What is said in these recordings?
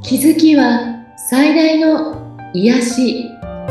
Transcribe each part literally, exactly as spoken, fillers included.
気づきは最大の癒し。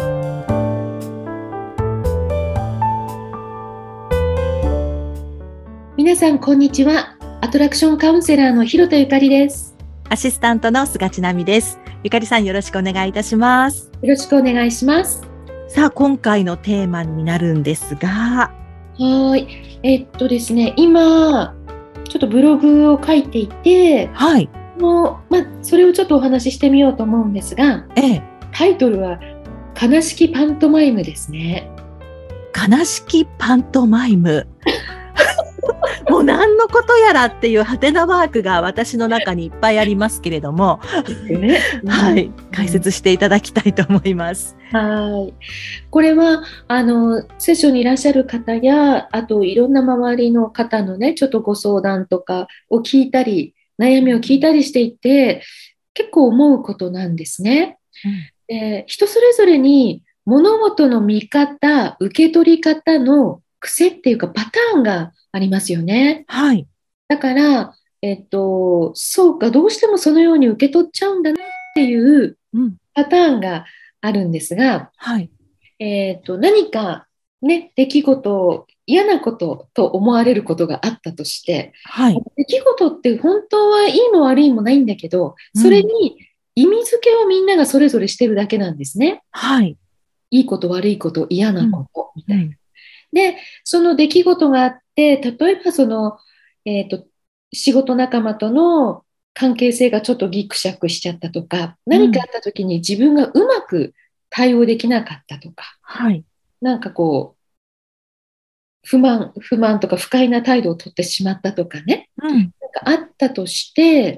皆さんこんにちは。アトラクションカウンセラーの広田ゆかりです。 アシスタントの菅千奈美です。ゆかりさん、よろしくお願いいたします。 よろしくお願いします。 さあ、今回のテーマになるんですが、 はい、えっとですね、今ちょっとブログを書いていて、 はい、 もうまあ、それをちょっとお話ししてみようと思うんですが、 ええ、 タイトルは悲しきパントマイムですね。 悲しきパントマイム。もう何のことやらっていうハテナマークが私の中にいっぱいありますけれども、 ね、 はい、解説していただきたいと思います。 はい。これはあのセッションにいらっしゃる方や、あといろんな周りの方のね、ちょっとご相談とかを聞いたり、悩みを聞いたりしていて、結構思うことなんですね。 うん、 で、人それぞれに物事の見方、受け取り方の癖っていうかパターンがありますよね。 はい、 だから、えっと、そうか、どうしてもそのように受け取っちゃうんだなっていううん、 パターンがあるんですが、 はい、 えっと、何かね、出来事、嫌なことと思われることがあったとして、 はい、 出来事って本当はいいも悪いもないんだけど、それうん、 に意味付けをみんながそれぞれしてるだけなんですね。 はい、 いいこと悪いこと嫌うん、 なことみたいな。 うん、 で、その出来事があって、例えばその、えっと、仕事仲間との関係性がちょっとギクシャクしちゃったとか、何かあった時に自分がうまく対応できなかったとか、 はい、 なんかこう、不満、不満とか不快な態度をとってしまったとかね、 うん、 なんかあったとして、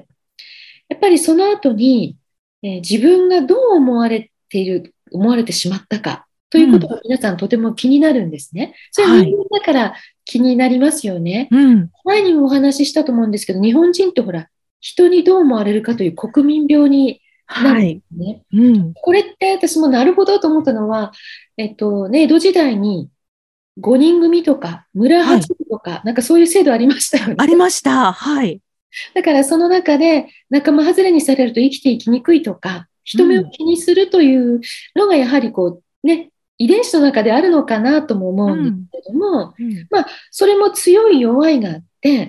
やっぱりその後に、えー自分がどう思われている、思われてしまったかということうん、 が皆さんとても気になるんですね。それははい、 人間だから気になりますよね。 うん、 前にもお話ししたと思うんですけど、日本人ってほら、人にどう思われるかという国民病になるんではい、 すね。 うん、 これって私もなるほどと思ったのは、えっとね、江戸時代にごにん組とか村はい、 八分とか、なんかそういう制度ありましたよね。 ありました。はい、 だからその中で仲間外れにされると生きていきにくいとか、人目をうん、 気にするというのがやはりこうね、遺伝子の中であるのかなとも思うんですうん、 けれども、 うん、 まあ、それも強い弱いがあって、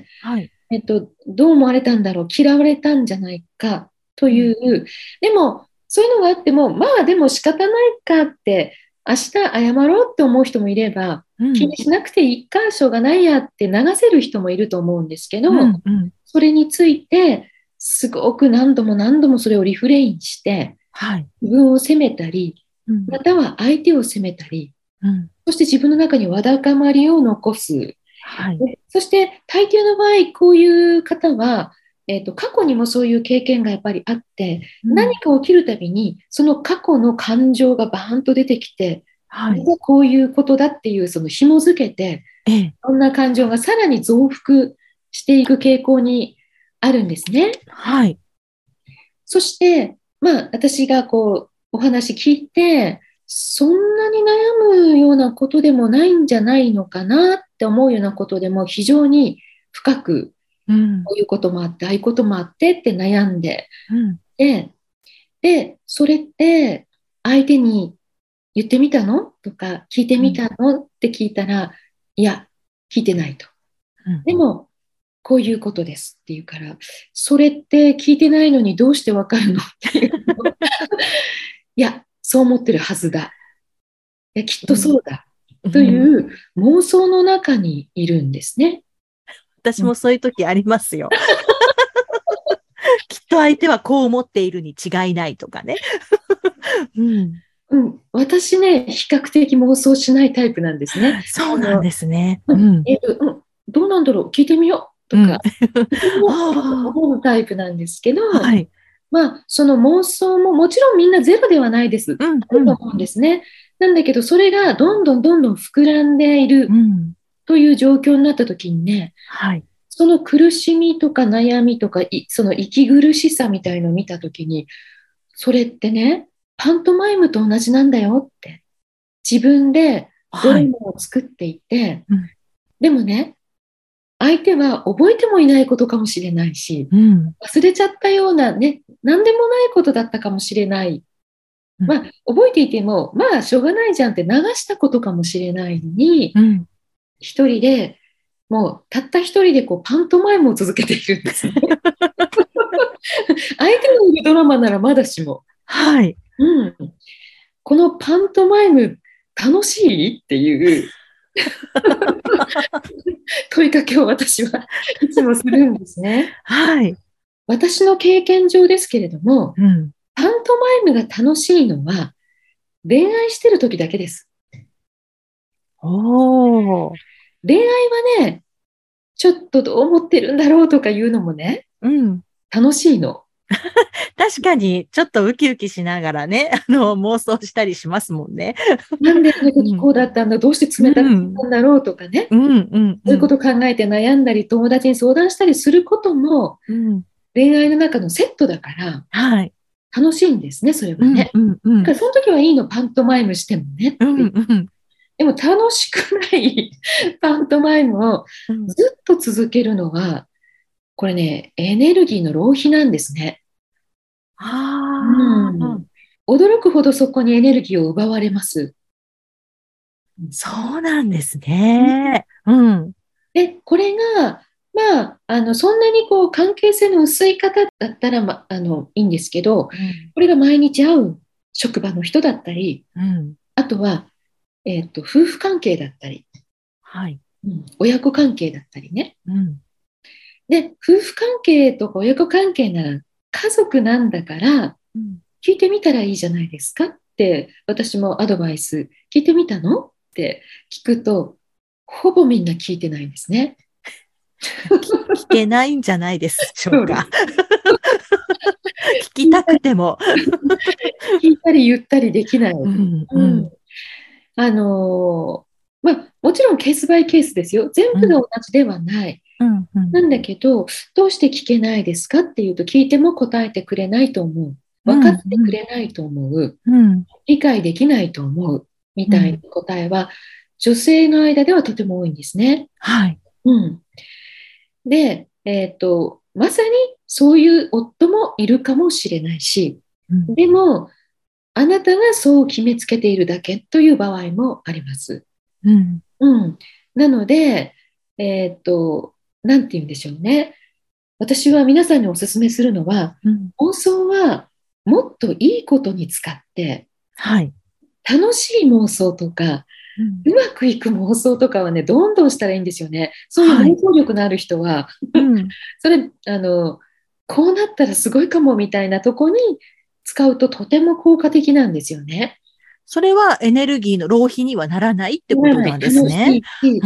はい、 えっと、どう思われたんだろう、嫌われたんじゃないかとうん、 いう、でも、そういうのがあっても、まあでも仕方ないかって、明日謝ろうって思う人もいれば、 うん、 気にしなくていいか、しょうがないやって流せる人もいると思うんですけど、 うん、うん、 それについて、すごく何度も何度もそれをリフレインして、 はい、 自分を責めたり、 うん、 または相手を責めたり、 うん、 そして自分の中にわだかまりを残す。 はい、 でそして大抵の場合、こういう方は、えーと、過去にもそういう経験がやっぱりあって、 うん、 何か起きるたびに、その過去の感情がバーンと出てきて、 はい、 またこういうことだっていう、その紐づけて、 ええ、 そんな感情がさらに増幅していく傾向にあるんですね。 はい、 そして、まあ、私がこう、お話聞いて、そんなに悩むようなことでもないんじゃないのかなって思うようなことでも非常に深く、 うん、 こういうこともあって、ああいうこともあってって悩んで、 うん、 で、で、それって相手に言ってみたのとか聞いてうん、 みたのって聞いたら、いや、聞いてないと。 うん、 でも、こういうことですっていうから、それって聞いてないのにどうしてわかるのっていうの。いや、そう思ってるはずだ。いや、きっとそうだ。というん、 う妄想の中にいるんですね。うん、 私もそういう時ありますよ。きっと相手はこう思っているに違いないとかね。うん、 うん、私ね、比較的妄想しないタイプなんですね。 そうなんあの、 ですね。 うん、 うん、 えっと、うん、どうなんだろう、聞いてみようとうん。 か、聞いてみようってあ思うタイプなんですけど、 あ、はい。 まあ、その妄想ももちろんみんなゼロではないです。 うん、 あるとうん、 思うんですね。なんだけど、それがどんどんどんどん膨らんでいるうん。 という状況になった時にね、 はい。 その苦しみとか悩みとか、いその息苦しさみたいのを見た時に、それってね、パントマイムと同じなんだよって、自分でドはい。 ラマを作っていて、 うん、 でもね、 相手は覚えてもいないことかもしれないし、 うん。 忘れちゃったようなね、何でもないことだったかもしれない。 うんまあ、覚えていても、まあ、しょうがないじゃんって流したことかもしれないのに、 うん。 一人で、もう、たった一人でこうパントマイムを続けているんですね。相手のいるドラマならまだしも。 はい。 うん。このパントマイム楽しいっていう問いかけを私はいつもするんですね。 はい。 私の経験上ですけれども、 うん。 パントマイムが楽しいのは恋愛してる時だけです。 おー。 恋愛はね、ちょっとどう思ってるんだろうとかいうのもね、 うん。 楽しいの。 確かに、ちょっとウキウキしながらね、あの、妄想したりしますもんね。 なんであのうん。 時こうだったんだ、どうして冷たかったんだろうとかね、 うん。うん。 そういうこうん。 と考えて悩んだり、友達に相談したりすることもうん。 恋愛の中のセットだからはい。 楽しいんですね、それうん。 はね。 うん。うん。 だからその時はいいの、パントマイムしてもねっうん。 て。 うん。 でも楽しくないパントマイムをうん。 ずっと続けるのは、これね、エネルギーの浪費なんですね。うああ、 ん。驚くほどそこにエネルギーを奪われます。 そうなんですね。うん。 で、これが、まあ、あの、そんなにこう、関係性の薄い方だったら、ま、あの、いいんですけど、 うん。 これが毎日会う職場の人だったり、 うん。 あとは、えっと、夫婦関係だったり、 はい。 うん、親子関係だったりね。 うん。 で、夫婦関係とか親子関係なら家族なんだからうん。 聞いてみたらいいじゃないですかって私もアドバイス聞いてみたのって聞くとほぼみんな聞いてないんですね。 聞けないんじゃないでしょうか。 そうです。 聞きたくても。 聞いたり言ったりできない。 うん。ううん。 ん。 あのーまあ、もちろんケースバイケースですよ。全うん。 部が同じではない。 うん。うん。 なんだけど、どうして聞けないですかっていうと、聞いても答えてくれないと思う。分かっうん。 てくれないと思う。 うん。 理解できないと思う。みたいなうん。 答えは、女性の間ではとても多いんですね。 はい。 うん。で、えっと、まさにそういう夫もいるかもしれないし、 うん。 でも、あなたがそう決めつけているだけという場合もあります。 うん。 うん。なので、えっと、なんて言うんでしょうね。私は皆さんにお勧めするのは、 うん。 妄想はもっといいことに使って、 はい。 楽しい妄想とか、 うん。 うまくいく妄想とかはね、どんどんしたらいいんですよね。そういうはい。 妄想力のある人は、 うん。 それ、あの、こうなったらすごいかもみたいなとこに使うととても効果的なんですよね。 それはエネルギーの浪費にはならないってこならない、 となんです楽しね。 いし、 うん。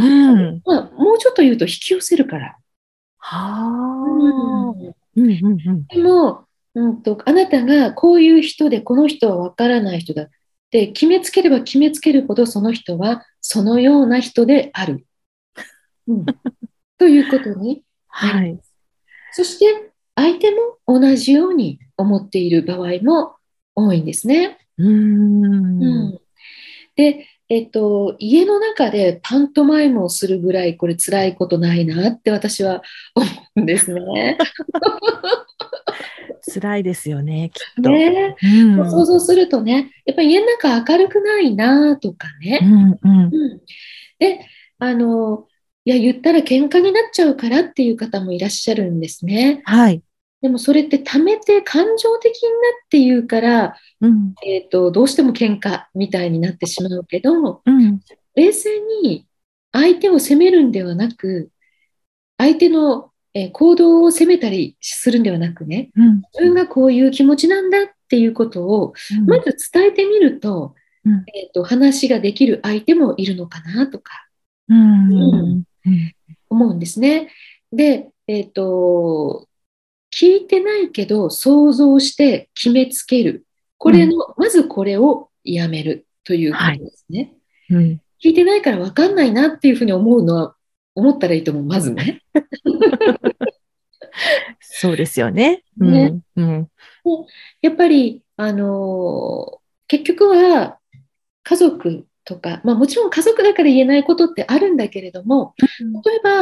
まあ、もうちょっと言うと引き寄せるから。うはあ。 ん。 うん。うん。うん。 でも、うんと、あなたがこういう人でこの人はわからない人だって決めつければ決めつけるほどその人はそのような人である。うん、ということになりはい。 ます。そして相手も同じように思っている場合も多いんですね。 うーん。 うん、で、えっと、家の中でパントマイムをするぐらいこれ辛いことないなって私は思うんですね。 辛いですよね、きっと。 ねうえ、 ん。うん。 想像するとね、やっぱり家の中明るくないなとかね。 うん。 うん、で、あの、いや、言ったら喧嘩になっちゃうからっていう方もいらっしゃるんですね。 はい。 でもそれって溜めて感情的になって言うから、 うん。 えっと、どうしても喧嘩みたいになってしまうけど、 うん。 冷静に相手を責めるんではなく、相手の、えー行動を責めたりするんではなくね、 うん。 自分がこういう気持ちなんだっていうことをうん。 まず伝えてみると、 うん。 えっと、話ができる相手もいるのかなとか、 ううん、 ん。うん。 思うんですね。で、えっと、聞いてないけど想像して決めつける。こうん。 れの、まずこれをやめるということはい。 ですね。 うん。 聞いてないから分かんないなっていうふうに思うのは、思ったらいいと思う、まずね。 そうですよね。うね。 ん。うん。 やっぱり、あの、結局は家族とか、まあもちろん家族だから言えないことってあるんだけれども、例えば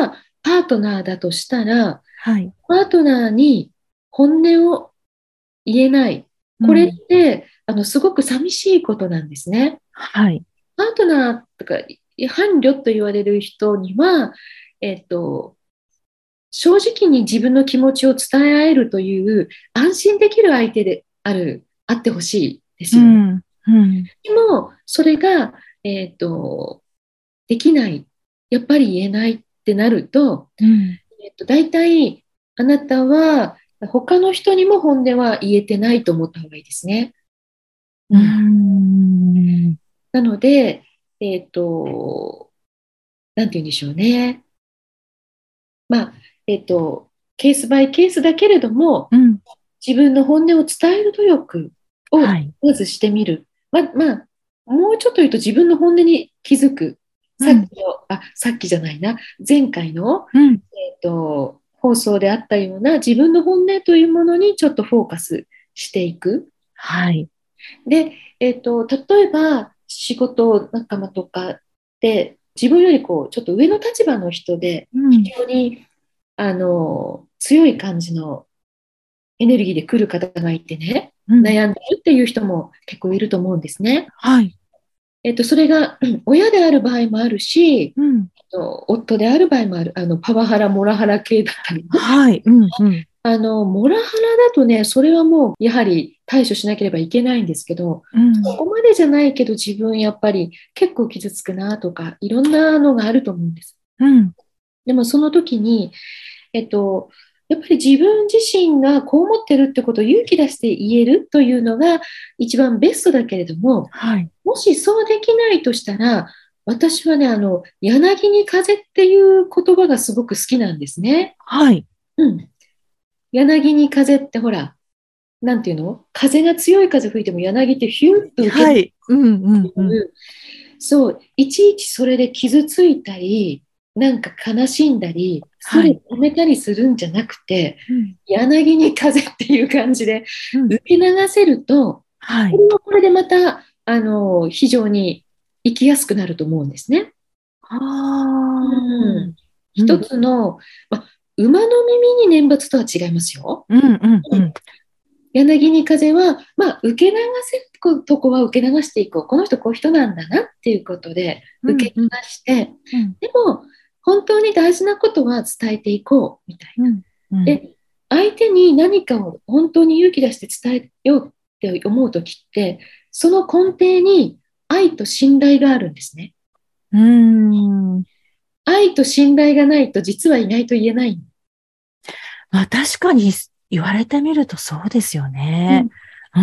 パートナーだとしたら、 はい。 パートナーに本音を言えない。これっうん。 て、あの、すごく寂しいことなんですね。 はい。 パートナーとか、伴侶と言われる人には、えっと、正直に自分の気持ちを伝え合えるという安心できる相手である、あってほしいですよね。 うん。うん。 でも、それが、えっと、できない、やっぱり言えないってなると、 うん。 えっと、大体、あなたは他の人にも本音は言えてないと思った方がいいですね。 ううん。 ん。 なので、えっと、なんて言うんでしょうね。まあ、えっと、ケースバイケースだけれども、 うん。 自分の本音を伝える努力をはい。 まずしてみる。ま、まあ、もうちょっと言うと自分の本音に気づく。 うん。 さっきの、あ、さっきじゃないな、前回の、 うん。 えっと、放送であったような自分の本音というものにちょっとフォーカスしていく。 はい。 で、えっと、例えば仕事仲間とかで自分よりこうちょっと上の立場の人でうん。 非常にあの強い感じのエネルギーで来る方がいてね、 うん。 悩んでるっていう人も結構いると思うんですね。 はい。 えっと、それがうん親である場合もあるし、 うん。 えっと夫である場合もある、あのパワハラ、モラハラ系だったりね。 はい。うん。うん。 あの、モラハラだとね、それはもうやはり対処しなければいけないんですけど、 うん。 そこまでじゃないけど自分やっぱり結構傷つくなとか、いろんなのがあると思うんです。 うん。 でもその時に、えっと、やっぱり自分自身がこう思ってるってことを勇気出して言えるというのが一番ベストだけれども、 はい。 もしそうできないとしたら、私はね、あの、柳に風っていう言葉がすごく好きなんですね。 はい。 うん。柳に風ってほら、なんていうの風が強い風吹いても柳ってヒューッと受けるはい。うん。うん。うん。 っていう、そう、いちいちそれで傷ついたり、なんか悲しんだり、ストはい。 レス溜めたりするんじゃなくて、 うん。 柳に風っていう感じでうん。 受け流せると、 はい。 これはこれでまた、あの、非常に生きやすくなると思うんですね。 ああ。 うん。一うん。 つの、ま、馬の耳に念仏とは違いますよ。 うん。うん。うん。 柳に風は、まあ、受け流せるとこは受け流していこう。この人こういう人なんだなっていうことでうん。 受け流うん。 して、 うん。 でも、本当に大事なことは伝えていこうみたいうん。うな。 ん。 で、相手に何かを本当に勇気出して伝えようって思うときって、その根底に愛と信頼があるんですね。 うーん。 愛と信頼がないと実は意外と言えない。 まあ確かに言われてみるとそうですよね。 うん。 うん。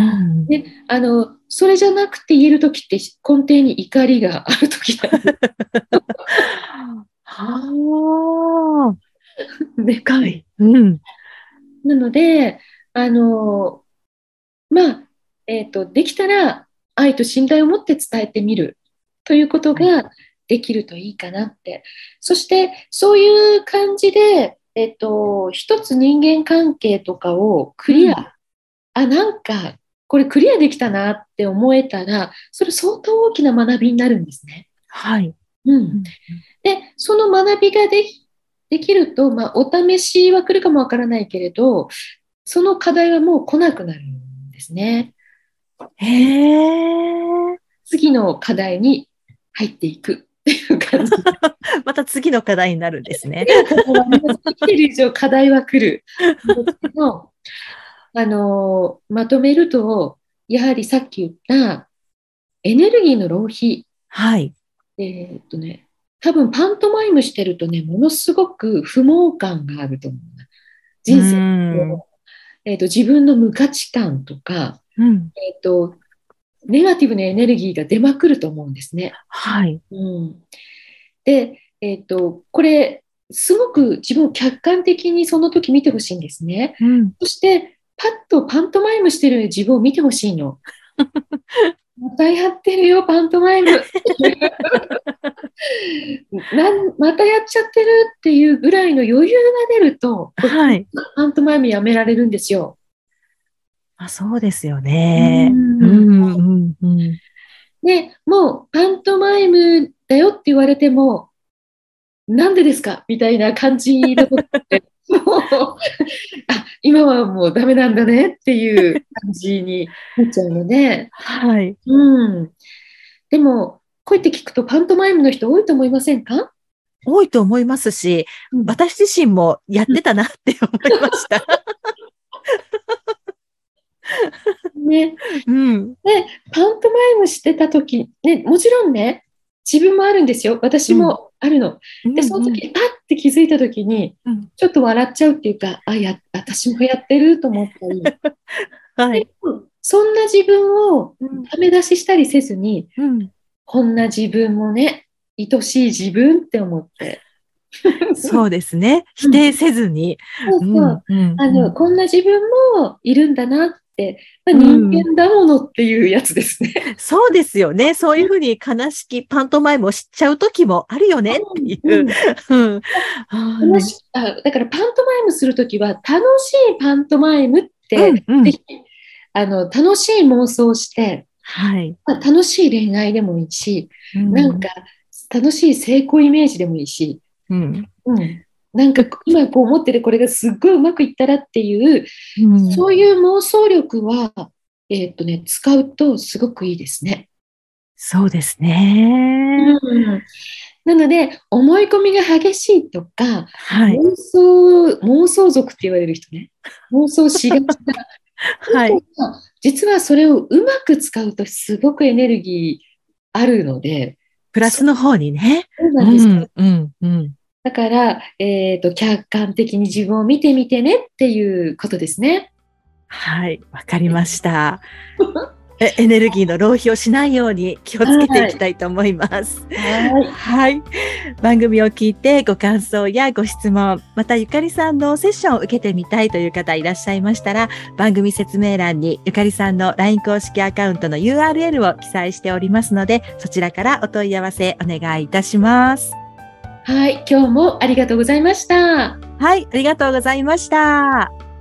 で、あの、それじゃなくて言えるときって根底に怒りがあるときなんではあ、 でかい。 深い。うん。 なので、あの、まあ、えっと、できたら愛と信頼を持って伝えてみるということはい。 ができるといいかなって。そして、そういう感じで、えっと、一つ人間関係とかをクうん。 リア、あ、なんか、これクリアできたなって思えたら、それ相当大きな学びになるんですね。 はい。 うん。 うん。 で、その学びができ、できると、まあ、お試しは来るかもわからないけれど、その課題はもう来なくなるんですね。 へえ。 次の課題に入っていくっていう感じ。 また次の課題になるんですね。 次の課題はあります。生きてる以上課題は来るんですけど、あの、まとめると、やはりさっき言ったエネルギーの浪費。 はい。 えーっとね、多分パントマイムしてるとね、ものすごく不毛感があると思うな。 うー人生ん。 の、えーっと、自分の無価値観とか、 うん。 えーっと、ネガティブなエネルギーが出まくると思うんですね。 はい。 うん、で、えっと、これ、すごく自分を客観的にその時見てほしいんですね。 うん。 そして、パッとパントマイムしてる自分を見てほしいの。またやってるよ、パントマイム。なんまたやっちゃってるっていうぐらいの余裕が出ると、これはい。 パントマイムやめられるんですよ。 あ、そうですようね。うん。 ん。うん。うん。 で、もうパントマイムだよって言われても、 なんでですかみたいな感じのことって、もう、あ、今はもうダメなんだねっていう感じになっちゃうので、 はい。 うん。でも、こうやって聞くとパントマイムの人多いと思いませんか？ 多いと思いますし、 うん。 私自身もやっうんてたなって思いました。 ね。 うん。 で、パントマイムしてた時、ね、もちろんね、自分もあるんですよ。私うん。 もあるの。で、 うん。うん。 その時、パッて気づいた時に、 うん。 ちょっと笑っちゃうっていうか、あ、や、私もやってると思ったり、ではい。 もそんな自分をうん。 ダメ出ししたりせずに、 うん。 こんな自分もね、愛しい自分って思って。 そうですね。否うん、 定せずに。 そうそう。 うん。うん。 あの、 うん。 こんな自分もいるんだなって、まあ、 う人ん。 間だものっていうやつですね。 そうですよね。そういうふうに悲しきパントマイムを知っちゃう時もあるよねっていう。 うんうん。 うん。はい。 楽しあ、だからパントマイムするときは、楽しいパントマイムっうん。 て、 うん。 ぜひ、あの、楽しい妄想をして、 はい。 まあ、楽しい恋愛でもいいし、 うん。 なんか、楽しい成功イメージでもいいし、 うん。 うん。なんか、今こう思ってるこれがすっごいうまくいったらっていう、 うん。 そういう妄想力は、えーっとね、使うとすごくいいですね。 そうですね。 うん。なので、思い込みが激しいとか、 はい。 妄想、妄想族って言われる人ね。妄想しがちなはい。 人が、実はそれをうまく使うとすごくエネルギーあるので、そプラスの方にね。 うなんです。 うん。うん。うん。 だから、えっと、客観的に自分を見てみてねっていうことですね。 はい。わかりました。えエネルギーの浪費をしないように気をつけていきはい。 たいと思います。 はい。 はい。番組を聞いてご感想やご質問、またゆかりさんのセッションを受けてみたいという方いらっしゃいましたら、番組説明欄にゆかりさんの ライン 公式アカウントの ユーアールエル を記載しておりますので、そちらからお問い合わせお願いいたします。 はい。今日もありがとうございました。 はい。ありがとうございました。